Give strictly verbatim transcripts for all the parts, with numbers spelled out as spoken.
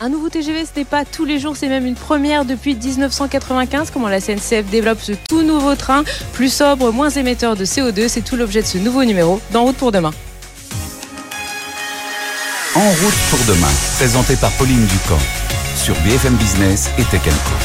Un nouveau T G V, ce n'est pas tous les jours, c'est même une première depuis dix-neuf cent quatre-vingt-quinze. Comment la S N C F développe ce tout nouveau train, plus sobre, moins émetteur de C O deux, c'est tout l'objet de ce nouveau numéro d'En route pour demain. En route pour demain, présenté par Pauline Ducamp sur B F M Business et Tech and Co.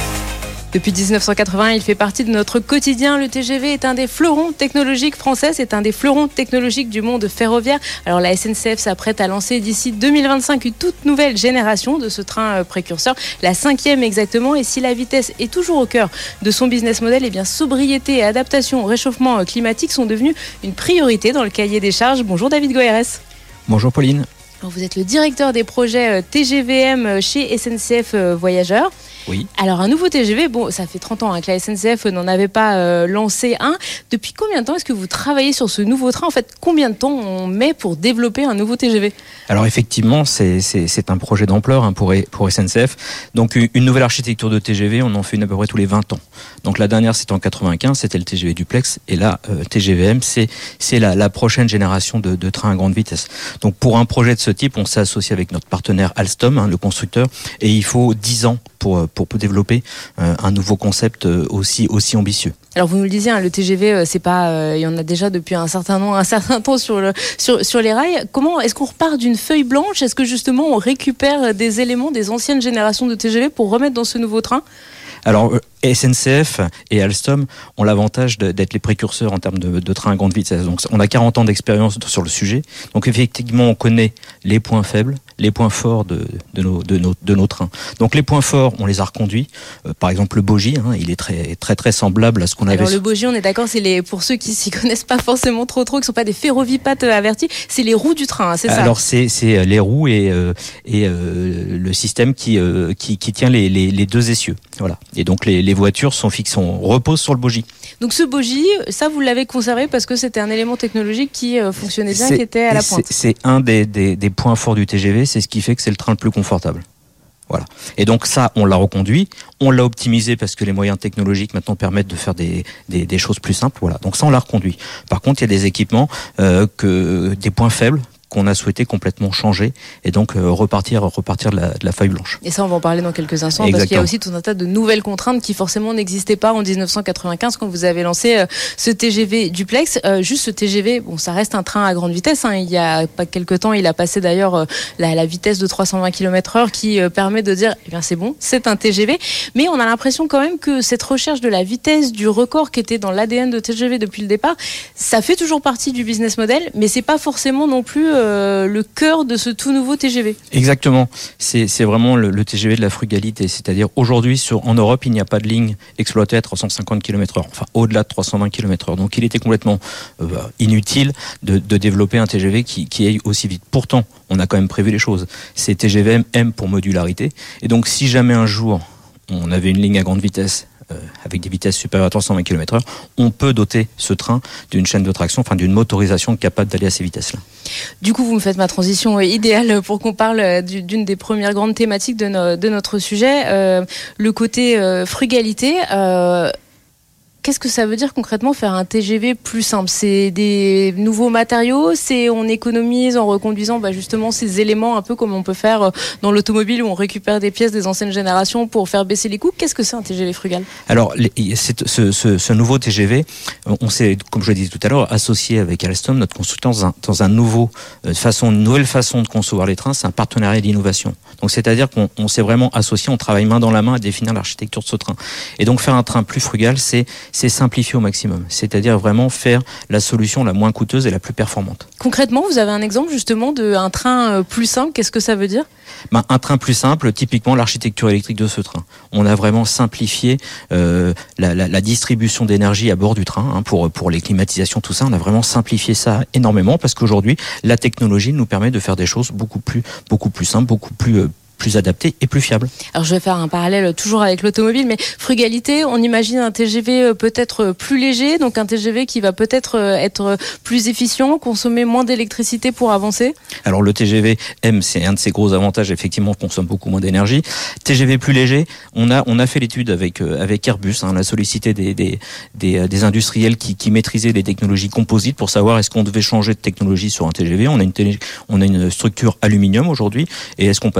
Depuis dix-neuf cent quatre-vingts, il fait partie de notre quotidien. Le T G V est un des fleurons technologiques français, c'est un des fleurons technologiques du monde ferroviaire. Alors la S N C F s'apprête à lancer d'ici deux mille vingt-cinq une toute nouvelle génération de ce train précurseur, la cinquième exactement. Et si la vitesse est toujours au cœur de son business model, eh bien sobriété, adaptation, réchauffement climatique sont devenus une priorité dans le cahier des charges. Bonjour David Goerres. Bonjour Pauline. Alors, vous êtes le directeur des projets T G V M chez S N C F Voyageurs. Oui. Alors un nouveau T G V, bon, ça fait trente ans hein, que la S N C F n'en avait pas euh, lancé un. Depuis combien de temps est-ce que vous travaillez sur ce nouveau train ? En fait, combien de temps on met pour développer un nouveau T G V ? Alors effectivement, c'est, c'est, c'est un projet d'ampleur hein, pour, pour S N C F. Donc une nouvelle architecture de T G V, on en fait une à peu près tous les vingt ans. Donc la dernière, c'était en quatre-vingt-quinze, c'était le T G V Duplex. Et là, euh, T G V M, c'est, c'est la, la prochaine génération de, de trains à grande vitesse. Donc pour un projet de ce type, on s'est associé avec notre partenaire Alstom, hein, le constructeur. Et il faut dix ans pour, pour, pour développer euh, un nouveau concept euh, aussi, aussi ambitieux. Alors vous nous le disiez, hein, le T G V, c'est pas, euh, il y en a déjà depuis un certain nombre, un certain temps sur le, sur, sur les rails. Comment est-ce qu'on repart d'une feuille blanche ? Est-ce que justement on récupère des éléments des anciennes générations de T G V pour remettre dans ce nouveau train ? Alors, S N C F et Alstom ont l'avantage d'être les précurseurs en termes de, de trains à grande vitesse. Donc, on a quarante ans d'expérience sur le sujet. Donc, effectivement, on connaît les points faibles, les points forts de, de, nos, de, nos, de nos trains. Donc, les points forts, on les a reconduits. Euh, par exemple, le bogie, hein, il est très, très, très semblable à ce qu'on avait. Alors, le bogie, on est d'accord, c'est les, pour ceux qui s'y connaissent pas forcément trop, trop, qui sont pas des ferrovipates avertis, c'est les roues du train, hein, c'est ça ? Alors, c'est, c'est les roues et, euh, et euh, le système qui, euh, qui, qui tient les, les, les deux essieux. Voilà. Et donc, les, les voitures sont fixes, on repose sur le bogie. Donc ce bogie, ça vous l'avez conservé parce que c'était un élément technologique qui euh, fonctionnait bien, c'est, qui était à la pointe. C'est, c'est un des, des, des points forts du T G V, c'est ce qui fait que c'est le train le plus confortable. Voilà. Et donc ça, on l'a reconduit, on l'a optimisé parce que les moyens technologiques maintenant permettent de faire des, des, des choses plus simples. Voilà. Donc ça, on l'a reconduit. Par contre, il y a des équipements, euh, que, des points faibles, qu'on a souhaité complètement changer et donc euh, repartir repartir de la, de la feuille blanche. Et ça, on va en parler dans quelques instants. Exactement. Parce qu'il y a aussi tout un tas de nouvelles contraintes qui forcément n'existaient pas en dix-neuf cent quatre-vingt-quinze quand vous avez lancé euh, ce T G V Duplex. Euh, juste ce T G V, bon, ça reste un train à grande vitesse. Hein. Il y a pas quelques temps, il a passé d'ailleurs euh, la, la vitesse de trois cent vingt kilomètres heure qui euh, permet de dire, eh bien c'est bon, c'est un T G V. Mais on a l'impression quand même que cette recherche de la vitesse, du record qui était dans l'A D N de T G V depuis le départ, ça fait toujours partie du business model, mais c'est pas forcément non plus euh, le cœur de ce tout nouveau T G V. Exactement, c'est, c'est vraiment le, le T G V de la frugalité, c'est-à-dire aujourd'hui sur, en Europe il n'y a pas de ligne exploitée à trois cent cinquante kilomètres heure, enfin au-delà de trois cent vingt kilomètres heure, donc il était complètement euh, inutile de, de développer un T G V qui, qui aille aussi vite. Pourtant, on a quand même prévu les choses, c'est T G V M, M pour modularité, et donc si jamais un jour on avait une ligne à grande vitesse Euh, avec des vitesses supérieures à trois cent vingt kilomètres heure, on peut doter ce train d'une chaîne de traction, enfin d'une motorisation capable d'aller à ces vitesses-là. Du coup, vous me faites ma transition idéale pour qu'on parle d'une des premières grandes thématiques de, no, de notre sujet, euh, le côté euh, frugalité. Euh, Qu'est-ce que ça veut dire concrètement faire un T G V plus simple ? C'est des nouveaux matériaux, c'est on économise en reconduisant bah, justement ces éléments un peu comme on peut faire dans l'automobile où on récupère des pièces des anciennes générations pour faire baisser les coûts. Qu'est-ce que c'est un T G V frugal ? Alors, les, c'est, ce, ce, ce nouveau T G V, on s'est, comme je le disais tout à l'heure, associé avec Alstom, notre constructeur, dans un, dans un nouveau euh, façon, une nouvelle façon de concevoir les trains. C'est un partenariat d'innovation. Donc, c'est-à-dire qu'on on s'est vraiment associé, on travaille main dans la main à définir l'architecture de ce train. Et donc, faire un train plus frugal, c'est c'est simplifier au maximum, c'est-à-dire vraiment faire la solution la moins coûteuse et la plus performante. Concrètement, vous avez un exemple justement d'un train plus simple, qu'est-ce que ça veut dire ? Ben, un train plus simple, typiquement l'architecture électrique de ce train. On a vraiment simplifié euh, la, la, la distribution d'énergie à bord du train, hein, pour, pour les climatisations, tout ça, on a vraiment simplifié ça énormément parce qu'aujourd'hui, la technologie nous permet de faire des choses beaucoup plus, beaucoup plus simples, beaucoup plus euh, plus adapté et plus fiable. Alors je vais faire un parallèle toujours avec l'automobile, mais frugalité, on imagine un T G V peut-être plus léger, donc un T G V qui va peut-être être plus efficient, consommer moins d'électricité pour avancer. Alors le T G V M, c'est un de ses gros avantages, effectivement, on consomme beaucoup moins d'énergie. T G V plus léger, on a on a fait l'étude avec avec Airbus, hein, on a sollicité des des des, des industriels qui qui maîtrisaient les technologies composites pour savoir est-ce qu'on devait changer de technologie sur un T G V. On a une télé, on a une structure aluminium aujourd'hui, et est-ce qu'on passait une structure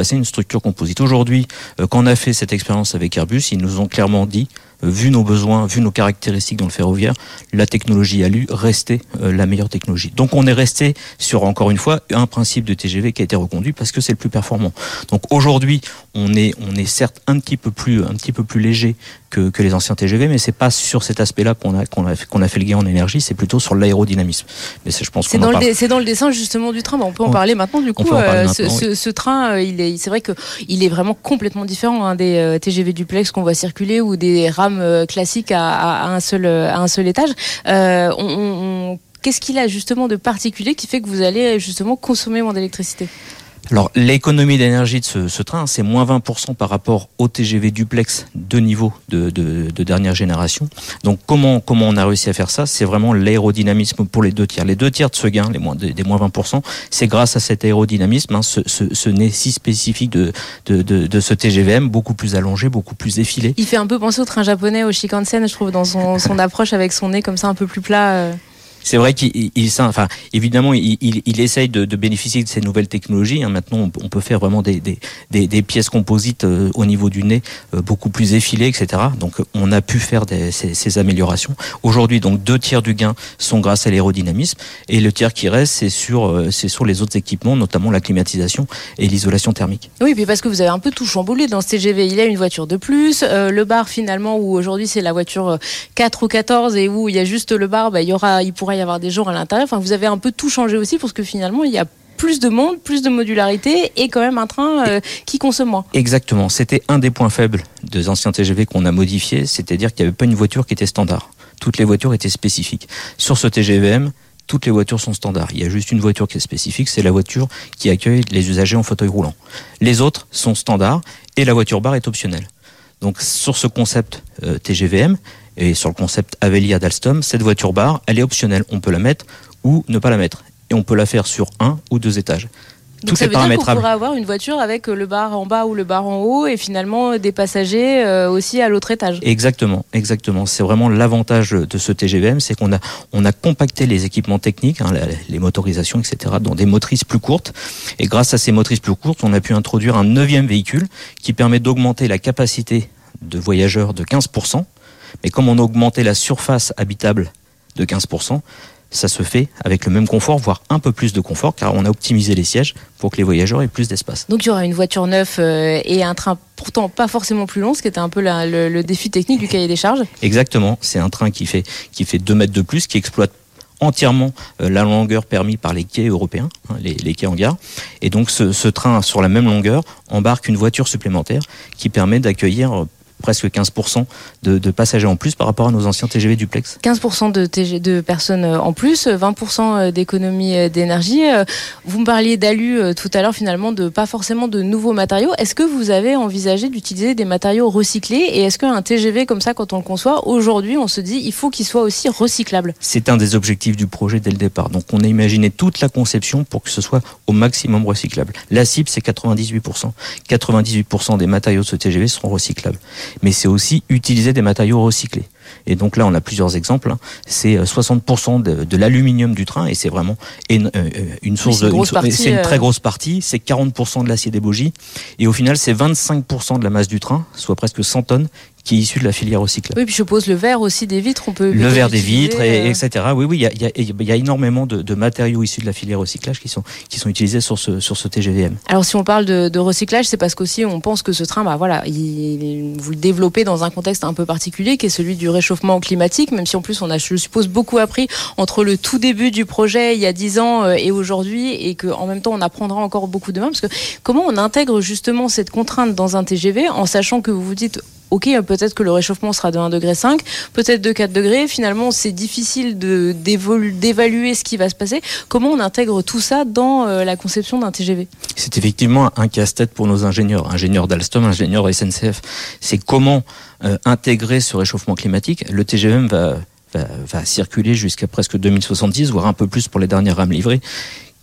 structure composite. Aujourd'hui, euh, quand on a fait cette expérience avec Airbus, ils nous ont clairement dit, euh, vu nos besoins, vu nos caractéristiques dans le ferroviaire, la technologie A L U restait euh, la meilleure technologie. Donc on est resté sur, encore une fois, un principe de T G V qui a été reconduit parce que c'est le plus performant. Donc aujourd'hui, on est, on est certes un petit peu plus, un petit peu plus léger que, que les anciens T G V, mais c'est pas sur cet aspect-là qu'on a, qu'on a, qu'on a fait le gain en énergie, c'est plutôt sur l'aérodynamisme. Mais c'est, je pense c'est, qu'on dans en le, c'est dans le dessin justement du train. Bah, on peut en on, parler maintenant. Du coup, euh, maintenant, ce, oui. ce, ce train, euh, il est, c'est vrai que il est vraiment complètement différent hein, des euh, T G V duplex qu'on voit circuler ou des rames euh, classiques à, à, à un seul, à un seul étage. Euh, on, on, qu'est-ce qu'il a justement de particulier qui fait que vous allez justement consommer moins d'électricité ? Alors, l'économie d'énergie de ce, ce train, c'est moins vingt pour cent par rapport au T G V duplex de niveau de, de, de dernière génération. Donc, comment, comment on a réussi à faire ça ? C'est vraiment l'aérodynamisme pour les deux tiers. Les deux tiers de ce gain, les moins, des, des moins vingt pour cent, c'est grâce à cet aérodynamisme, hein, ce, ce, ce nez si spécifique de, de, de, de ce T G V M, beaucoup plus allongé, beaucoup plus effilé. Il fait un peu penser au train japonais, au Shinkansen, je trouve, dans son, son approche avec son nez comme ça un peu plus plat. Euh... C'est vrai qu'il, il, enfin, évidemment, il, il, il essaye de, de bénéficier de ces nouvelles technologies. Hein. Maintenant, on peut faire vraiment des, des, des, des pièces composites euh, au niveau du nez euh, beaucoup plus effilées, et cetera. Donc, on a pu faire des, ces, ces améliorations. Aujourd'hui, donc deux tiers du gain sont grâce à l'aérodynamisme, et le tiers qui reste, c'est sur, euh, c'est sur les autres équipements, notamment la climatisation et l'isolation thermique. Oui, puis parce que vous avez un peu tout chamboulé dans ce T G V. Il y a une voiture de plus, euh, le bar finalement où aujourd'hui c'est la voiture quatre ou quatorze et où il y a juste le bar, bah, il y aura, il pourra y avoir des gens à l'intérieur. Enfin, vous avez un peu tout changé aussi parce que finalement, il y a plus de monde, plus de modularité et quand même un train euh, qui consomme moins. Exactement. C'était un des points faibles des anciens T G V qu'on a modifiés, c'est-à-dire qu'il n'y avait pas une voiture qui était standard. Toutes les voitures étaient spécifiques. Sur ce T G V M, toutes les voitures sont standards. Il y a juste une voiture qui est spécifique, c'est la voiture qui accueille les usagers en fauteuil roulant. Les autres sont standards et la voiture bar est optionnelle. Donc sur ce concept euh, T G V M et sur le concept Avelia d'Alstom, cette voiture bar, elle est optionnelle. On peut la mettre ou ne pas la mettre. Et on peut la faire sur un ou deux étages. Donc tout ça veut dire qu'on pourra avoir une voiture avec le bar en bas ou le bar en haut et finalement des passagers euh, aussi à l'autre étage. Exactement, exactement. C'est vraiment l'avantage de ce T G V M, c'est qu'on a, on a compacté les équipements techniques, hein, les motorisations, et cetera, dans des motrices plus courtes. Et grâce à ces motrices plus courtes, on a pu introduire un neuvième véhicule qui permet d'augmenter la capacité de voyageurs de quinze pour cent. Mais comme on a augmenté la surface habitable de quinze pour cent, ça se fait avec le même confort, voire un peu plus de confort, car on a optimisé les sièges pour que les voyageurs aient plus d'espace. Donc il y aura une voiture neuve euh, et un train pourtant pas forcément plus long, ce qui était un peu la, le, le défi technique du cahier des charges. Exactement, c'est un train qui fait, qui fait deux mètres de plus, qui exploite entièrement euh, la longueur permise par les quais européens, hein, les, les quais en gare. Et donc ce, ce train, sur la même longueur, embarque une voiture supplémentaire qui permet d'accueillir euh, presque quinze pour cent de, de passagers en plus par rapport à nos anciens T G V duplex. quinze pour cent de, T G, de personnes en plus, vingt pour cent d'économie d'énergie. Vous me parliez d'A L U tout à l'heure, finalement, de pas forcément de nouveaux matériaux. Est-ce que vous avez envisagé d'utiliser des matériaux recyclés et est-ce qu'un T G V comme ça, quand on le conçoit, aujourd'hui, on se dit il faut qu'il soit aussi recyclable ? C'est un des objectifs du projet dès le départ. Donc on a imaginé toute la conception pour que ce soit au maximum recyclable. La cible, c'est quatre-vingt-dix-huit pour cent. quatre-vingt-dix-huit pour cent des matériaux de ce T G V seront recyclables. Mais c'est aussi utiliser des matériaux recyclés. Et donc là, on a plusieurs exemples. C'est soixante pour cent de, de l'aluminium du train, et c'est vraiment une, une source oui, c'est de, une, partie, une c'est une euh... très grosse partie. C'est quarante pour cent de l'acier des bogies, et au final, c'est vingt-cinq pour cent de la masse du train, soit presque cent tonnes, qui est issu de la filière recyclable. Oui, puis je suppose le verre aussi des vitres, on peut. Le verre des vitres, et, euh... et cetera. Oui, oui, il y a, y, a, y a énormément de, de matériaux issus de la filière recyclage qui sont qui sont utilisés sur ce sur ce T G V M. Alors, si on parle de, de recyclage, c'est parce qu'aussi on pense que ce train, bah voilà, il, vous le développez dans un contexte un peu particulier, qui est celui du réchauffement climatique. Même si en plus on a, je suppose, beaucoup appris entre le tout début du projet il y a dix ans euh, et aujourd'hui, et que en même temps on apprendra encore beaucoup demain. Parce que comment on intègre justement cette contrainte dans un T G V en sachant que vous vous dites ok, peut-être que le réchauffement sera de un degré cinq, peut-être de quatre degrés. Finalement, c'est difficile de, d'évaluer ce qui va se passer. Comment on intègre tout ça dans euh, la conception d'un T G V ? C'est effectivement un casse-tête pour nos ingénieurs, ingénieurs d'Alstom, ingénieurs S N C F. C'est comment euh, intégrer ce réchauffement climatique. Le T G V M va, va, va circuler jusqu'à presque deux mille soixante-dix, voire un peu plus pour les dernières rames livrées,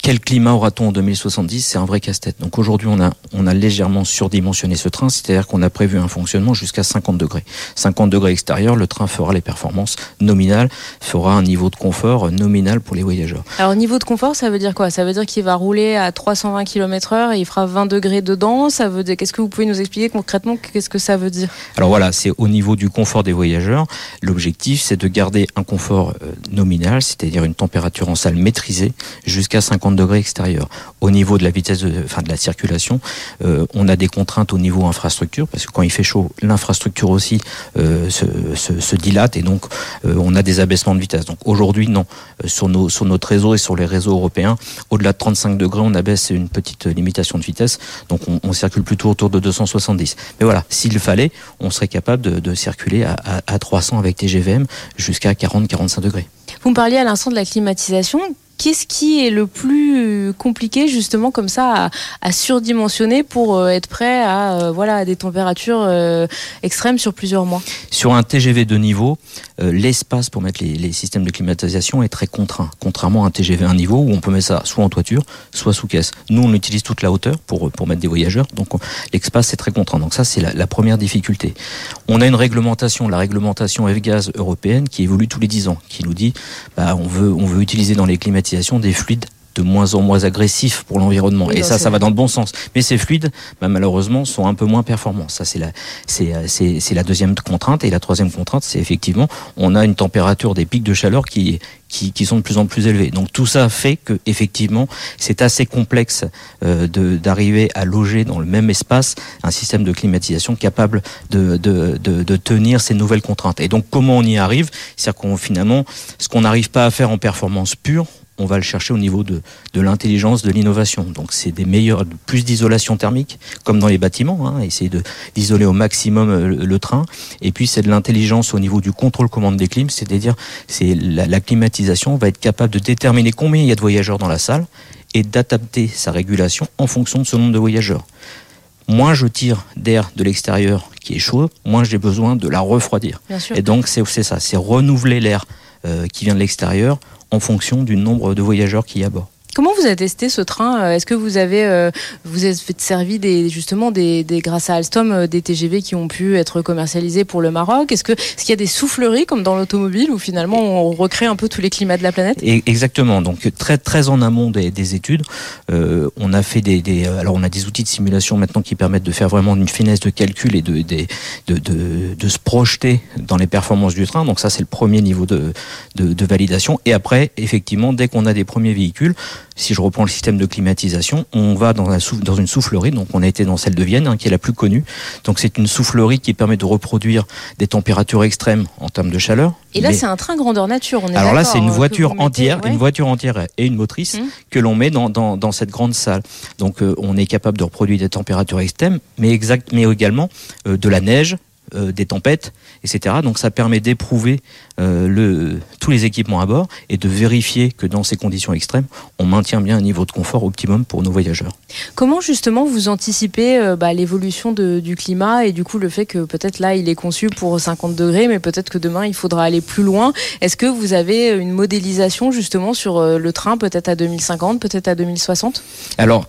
Quel climat aura-t-on en deux mille soixante-dix ? C'est un vrai casse-tête. Donc aujourd'hui, on a, on a légèrement surdimensionné ce train, c'est-à-dire qu'on a prévu un fonctionnement jusqu'à cinquante degrés. cinquante degrés extérieur, le train fera les performances nominales, fera un niveau de confort nominal pour les voyageurs. Alors niveau de confort, ça veut dire quoi ? Ça veut dire qu'il va rouler à trois cent vingt kilomètres heure et il fera vingt degrés dedans. Ça veut dire, qu'est-ce que vous pouvez nous expliquer concrètement ? Qu'est-ce que ça veut dire ? Alors voilà, c'est au niveau du confort des voyageurs. L'objectif, c'est de garder un confort euh, nominal, c'est-à-dire une température en salle maîtrisée jusqu'à cinquante degrés extérieurs. Au niveau de la vitesse de, enfin de la circulation, euh, on a des contraintes au niveau infrastructure, parce que quand il fait chaud, l'infrastructure aussi euh, se, se, se dilate et donc euh, on a des abaissements de vitesse. Donc aujourd'hui, non. Euh, sur, nos, sur notre réseau et sur les réseaux européens, au-delà de trente-cinq degrés, on abaisse une petite limitation de vitesse. Donc on, on circule plutôt autour de deux cent soixante-dix. Mais voilà, s'il fallait, on serait capable de, de circuler à, à, à trois cents avec T G V M jusqu'à quarante à quarante-cinq degrés. Vous me parliez à l'instant de la climatisation. Qu'est-ce qui est le plus compliqué justement comme ça à, à surdimensionner pour euh, être prêt à, euh, voilà, à des températures euh, extrêmes sur plusieurs mois ? Sur un T G V de niveau, euh, l'espace pour mettre les, les systèmes de climatisation est très contraint, contrairement à un T G V un niveau où on peut mettre ça soit en toiture, soit sous caisse. Nous, on utilise toute la hauteur pour, pour mettre des voyageurs, donc on, l'espace est très contraint. Donc ça, c'est la, la première difficulté. On a une réglementation, la réglementation F-Gaz européenne qui évolue tous les dix ans, qui nous dit bah, on veut, on veut utiliser dans les climatisations des fluides de moins en moins agressifs pour l'environnement. Oui, et ça, ça va dans le bon sens. Mais ces fluides, bah, malheureusement, sont un peu moins performants. Ça, c'est la, c'est, c'est, c'est la deuxième contrainte. Et la troisième contrainte, c'est effectivement, on a une température des pics de chaleur qui, qui, qui sont de plus en plus élevés. Donc tout ça fait que, effectivement, c'est assez complexe euh, de, d'arriver à loger dans le même espace un système de climatisation capable de, de, de, de tenir ces nouvelles contraintes. Et donc, comment on y arrive ? C'est-à-dire qu'on, finalement, ce qu'on n'arrive pas à faire en performance pure, on va le chercher au niveau de, de l'intelligence, de l'innovation. Donc c'est des meilleurs, plus d'isolation thermique, comme dans les bâtiments, hein, essayer de, d'isoler au maximum le, le train. Et puis c'est de l'intelligence au niveau du contrôle-commande des clims, c'est-à-dire c'est la, la climatisation va être capable de déterminer combien il y a de voyageurs dans la salle et d'adapter sa régulation en fonction de ce nombre de voyageurs. Moins je tire d'air de l'extérieur qui est chaud, moins j'ai besoin de la refroidir. Et donc c'est, c'est ça, c'est renouveler l'air euh, qui vient de l'extérieur en fonction du nombre de voyageurs qu'il y a à bord. Comment vous avez testé ce train ? Est-ce que vous avez euh, vous êtes servi des, justement des, des, grâce à Alstom des T G V qui ont pu être commercialisés pour le Maroc ? Est-ce que est-ce qu'il y a des souffleries comme dans l'automobile où finalement on recrée un peu tous les climats de la planète ? Et exactement. Donc très très en amont des, des études, euh, on a fait des, des alors on a des outils de simulation maintenant qui permettent de faire vraiment une finesse de calcul et de de de, de, de se projeter dans les performances du train. Donc ça c'est le premier niveau de de, de validation. Et après effectivement dès qu'on a des premiers véhicules, si je reprends le système de climatisation, on va dans, un souf- dans une soufflerie, donc on a été dans celle de Vienne, hein, qui est la plus connue. Donc c'est une soufflerie qui permet de reproduire des températures extrêmes en termes de chaleur. Et là, mais... c'est un train grandeur nature, on est Alors d'accord, là, c'est une voiture mettez, entière, ouais. une voiture entière et une motrice mmh. que l'on met dans, dans, dans cette grande salle. Donc euh, on est capable de reproduire des températures extrêmes, mais, exact, mais également euh, de la neige, Euh, des tempêtes, et cetera. Donc ça permet d'éprouver euh, le, tous les équipements à bord et de vérifier que dans ces conditions extrêmes, on maintient bien un niveau de confort optimum pour nos voyageurs. Comment justement vous anticipez euh, bah, l'évolution de, du climat et du coup le fait que peut-être là il est conçu pour cinquante degrés, mais peut-être que demain il faudra aller plus loin. Est-ce que vous avez une modélisation justement sur euh, le train, peut-être à deux mille cinquante, peut-être à deux mille soixante ? Alors,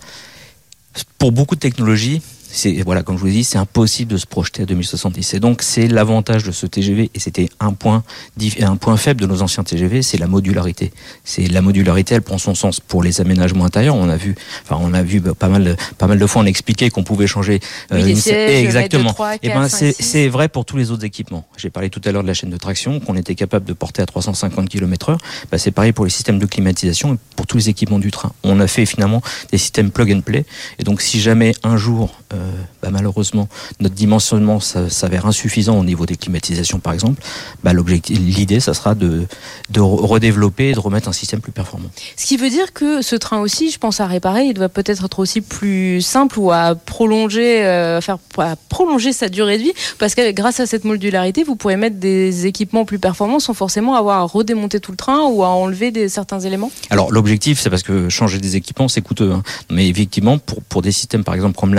pour beaucoup de technologies, c'est, voilà, comme je vous l'ai dit, c'est impossible de se projeter à deux mille soixante-dix. Et donc, c'est l'avantage de ce T G V, et c'était un point, un point faible de nos anciens T G V, c'est la modularité. C'est la modularité, elle prend son sens pour les aménagements intérieurs. On a vu, enfin, on a vu bah, pas mal, de, pas mal de fois, on expliquait qu'on pouvait changer. Oui, euh, les sièges, exactement. trois, quatre, et ben, cinq, c'est, c'est vrai pour tous les autres équipements. J'ai parlé tout à l'heure de la chaîne de traction qu'on était capable de porter à trois cent cinquante kilomètres heure. Bah, c'est pareil pour les systèmes de climatisation et pour tous les équipements du train. On a fait finalement des systèmes plug and play. Et donc, si jamais un jour, euh, bah, malheureusement notre dimensionnement s'avère insuffisant au niveau des climatisations par exemple, bah l'objectif, l'idée ça sera de, de redévelopper et de remettre un système plus performant. Ce qui veut dire que ce train aussi, je pense à réparer, il doit peut-être être aussi plus simple ou à prolonger, euh, faire, à prolonger sa durée de vie, parce que grâce à cette modularité, vous pourrez mettre des équipements plus performants sans forcément avoir à redémonter tout le train ou à enlever des, certains éléments. Alors l'objectif, c'est parce que changer des équipements c'est coûteux, hein. Mais effectivement pour, pour des systèmes par exemple comme l'internet à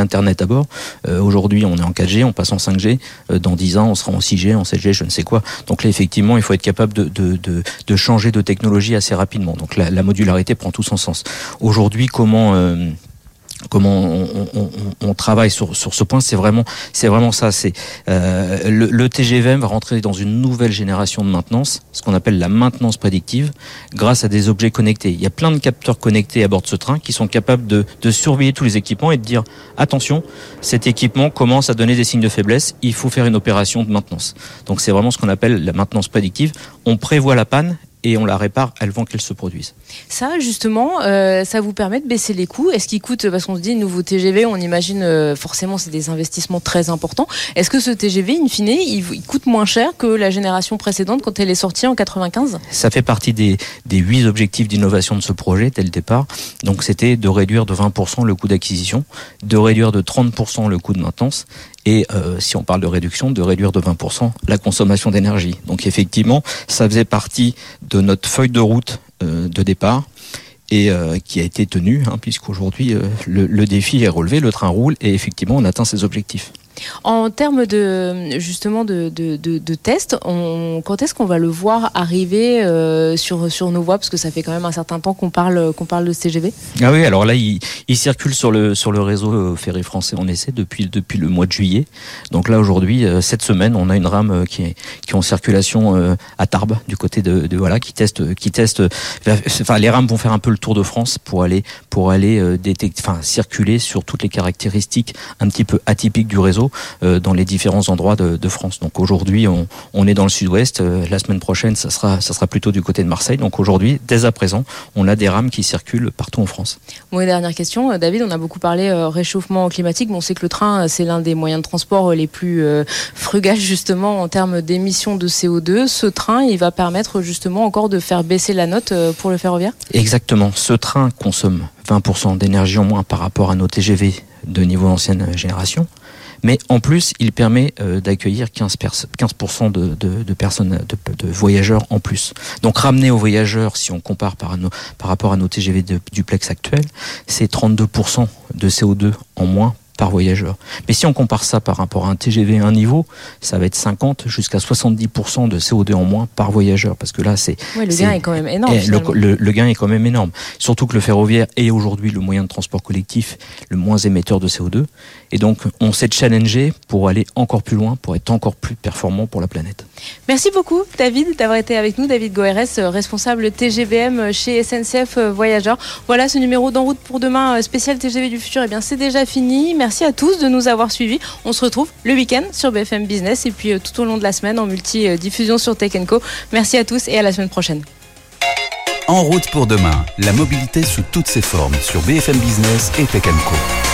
d'abord. Euh, aujourd'hui, on est en quatre G, on passe en cinq G. Euh, dans dix ans, on sera en six G, en sept G, je ne sais quoi. Donc là, effectivement, il faut être capable de, de, de, de changer de technologie assez rapidement. Donc la, la modularité prend tout son sens. Aujourd'hui, comment... Euh, Comment on, on, on, on travaille sur, sur ce point, c'est vraiment, c'est vraiment ça. C'est euh, le, le T G V M va rentrer dans une nouvelle génération de maintenance, ce qu'on appelle la maintenance prédictive, grâce à des objets connectés. Il y a plein de capteurs connectés à bord de ce train qui sont capables de, de surveiller tous les équipements et de dire attention, cet équipement commence à donner des signes de faiblesse, il faut faire une opération de maintenance. Donc c'est vraiment ce qu'on appelle la maintenance prédictive. On prévoit la panne et on la répare avant qu'elle se produise. Ça, justement, euh, ça vous permet de baisser les coûts. Est-ce qu'il coûte, parce qu'on se dit, nouveau T G V, on imagine euh, forcément c'est des investissements très importants. Est-ce que ce T G V, in fine, il, il coûte moins cher que la génération précédente quand elle est sortie en quatre-vingt-quinze ? Ça fait partie des, des huit objectifs d'innovation de ce projet dès le départ. Donc c'était de réduire de vingt pour cent le coût d'acquisition, de réduire de trente pour cent le coût de maintenance, et euh, si on parle de réduction, de réduire de vingt pour cent la consommation d'énergie. Donc effectivement, ça faisait partie de notre feuille de route euh, de départ et euh, qui a été tenue, hein, puisqu'aujourd'hui euh, le, le défi est relevé, le train roule et effectivement on atteint ses objectifs. En termes de justement de, de, de, de tests, on, quand est-ce qu'on va le voir arriver euh, sur, sur nos voies, parce que ça fait quand même un certain temps qu'on parle, qu'on parle de ce T G V ? Ah oui, alors là il, il circule sur le, sur le réseau ferré français en essai depuis, depuis le mois de juillet. Donc là aujourd'hui, cette semaine, on a une rame qui est, qui est en circulation à Tarbes, du côté de, de voilà, qui teste, qui teste. Enfin, les rames vont faire un peu le tour de France pour aller, pour aller détecter, enfin circuler sur toutes les caractéristiques un petit peu atypiques du réseau dans les différents endroits de, de France. Donc aujourd'hui, on, on est dans le sud-ouest. La semaine prochaine, ça sera, ça sera plutôt du côté de Marseille. Donc aujourd'hui, dès à présent, on a des rames qui circulent partout en France. Bon, et dernière question, David, on a beaucoup parlé euh, réchauffement climatique. Bon, on sait que le train, c'est l'un des moyens de transport les plus euh, frugales justement en termes d'émissions de C O deux. Ce train, il va permettre justement encore de faire baisser la note euh, pour le ferroviaire ? Exactement. Ce train consomme vingt pour cent d'énergie en moins par rapport à nos T G V de niveau ancienne génération. Mais en plus, il permet euh, d'accueillir quinze pour cent de, de, de personnes, de, de voyageurs en plus. Donc ramener aux voyageurs, si on compare par, nos, par rapport à nos T G V de, duplex actuels, c'est trente-deux pour cent de C O deux en moins par voyageur. Mais si on compare ça par rapport à un T G V à un niveau, ça va être cinquante jusqu'à soixante-dix pour cent de C O deux en moins par voyageur. Parce que là, c'est... Ouais, le gain est quand même énorme. Le, le, le gain est quand même énorme. Surtout que le ferroviaire est aujourd'hui le moyen de transport collectif le moins émetteur de C O deux. Et donc, on s'est challengé pour aller encore plus loin, pour être encore plus performant pour la planète. Merci beaucoup, David, d'avoir été avec nous. David Goerès, responsable T G V M chez S N C F Voyageurs. Voilà, ce numéro d'En route pour demain spécial T G V du futur, eh bien, c'est déjà fini. Merci à tous de nous avoir suivis. On se retrouve le week-end sur B F M Business et puis tout au long de la semaine en multi-diffusion sur Tech and Co. Merci à tous et à la semaine prochaine. En route pour demain, la mobilité sous toutes ses formes sur B F M Business et Tech and Co.